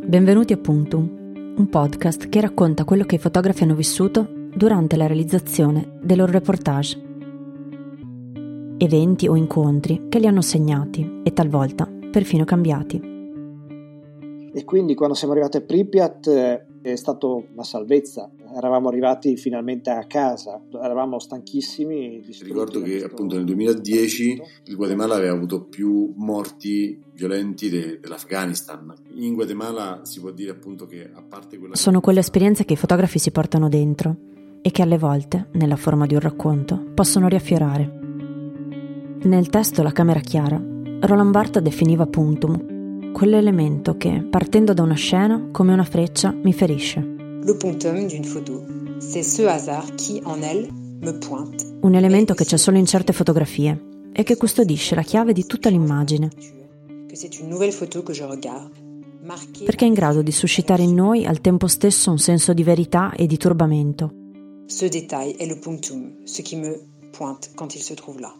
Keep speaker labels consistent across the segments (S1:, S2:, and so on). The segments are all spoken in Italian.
S1: Benvenuti a Punctum, un podcast che racconta quello che i fotografi hanno vissuto durante la realizzazione dei loro reportage. Eventi o incontri che li hanno segnati e talvolta perfino cambiati.
S2: E quindi quando siamo arrivati a Pripyat è stata una salvezza. Eravamo arrivati finalmente a casa, eravamo stanchissimi.
S3: Ricordo che appunto nel 2010 il Guatemala aveva avuto più morti violenti dell'Afghanistan. In Guatemala si può dire appunto che a parte quella...
S1: Sono quelle esperienze che i fotografi si portano dentro e che alle volte, nella forma di un racconto, possono riaffiorare. Nel testo La camera chiara, Roland Barthes definiva Punctum, quell'elemento che, partendo da una scena, come una freccia, mi ferisce.
S4: Le punctum d'une photo, c'est ce hasard qui en elle me pointe.
S1: Un elemento che c'è solo in certe fotografie e che custodisce la chiave di tutta l'immagine. Perché è in grado di suscitare in noi al tempo stesso un senso di verità e di turbamento.
S4: Ce détail est le punctum, ce qui me pointe quand il se trouve là.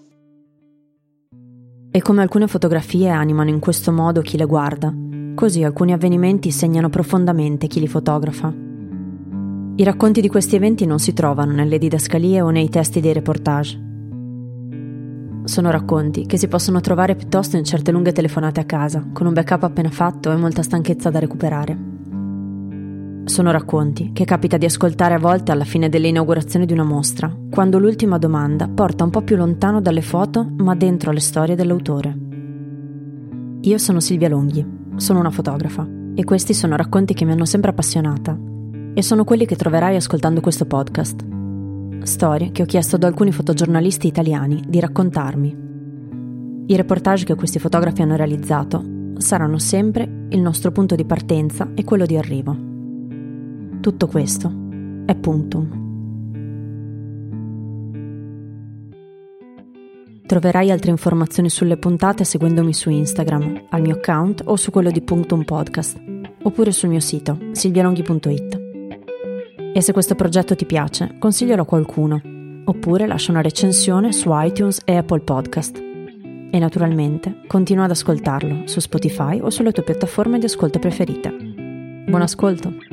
S1: E come alcune fotografie animano in questo modo chi le guarda, così alcuni avvenimenti segnano profondamente chi li fotografa. I racconti di questi eventi non si trovano nelle didascalie o nei testi dei reportage. Sono racconti che si possono trovare piuttosto in certe lunghe telefonate a casa, con un backup appena fatto e molta stanchezza da recuperare. Sono racconti che capita di ascoltare a volte alla fine delle inaugurazioni di una mostra, quando l'ultima domanda porta un po' più lontano dalle foto, ma dentro le storie dell'autore. Io sono Silvia Longhi, sono una fotografa, e questi sono racconti che mi hanno sempre appassionata, e sono quelli che troverai ascoltando questo podcast. Storie che ho chiesto ad alcuni fotogiornalisti italiani di raccontarmi. I reportage che questi fotografi hanno realizzato saranno sempre il nostro punto di partenza e quello di arrivo. Tutto questo è Punctum. Troverai altre informazioni sulle puntate seguendomi su Instagram, al mio account o su quello di Punctum Podcast, oppure sul mio sito silvialonghi.it. E se questo progetto ti piace, consiglialo a qualcuno, oppure lascia una recensione su iTunes e Apple Podcast. E naturalmente continua ad ascoltarlo su Spotify o sulle tue piattaforme di ascolto preferite. Buon ascolto!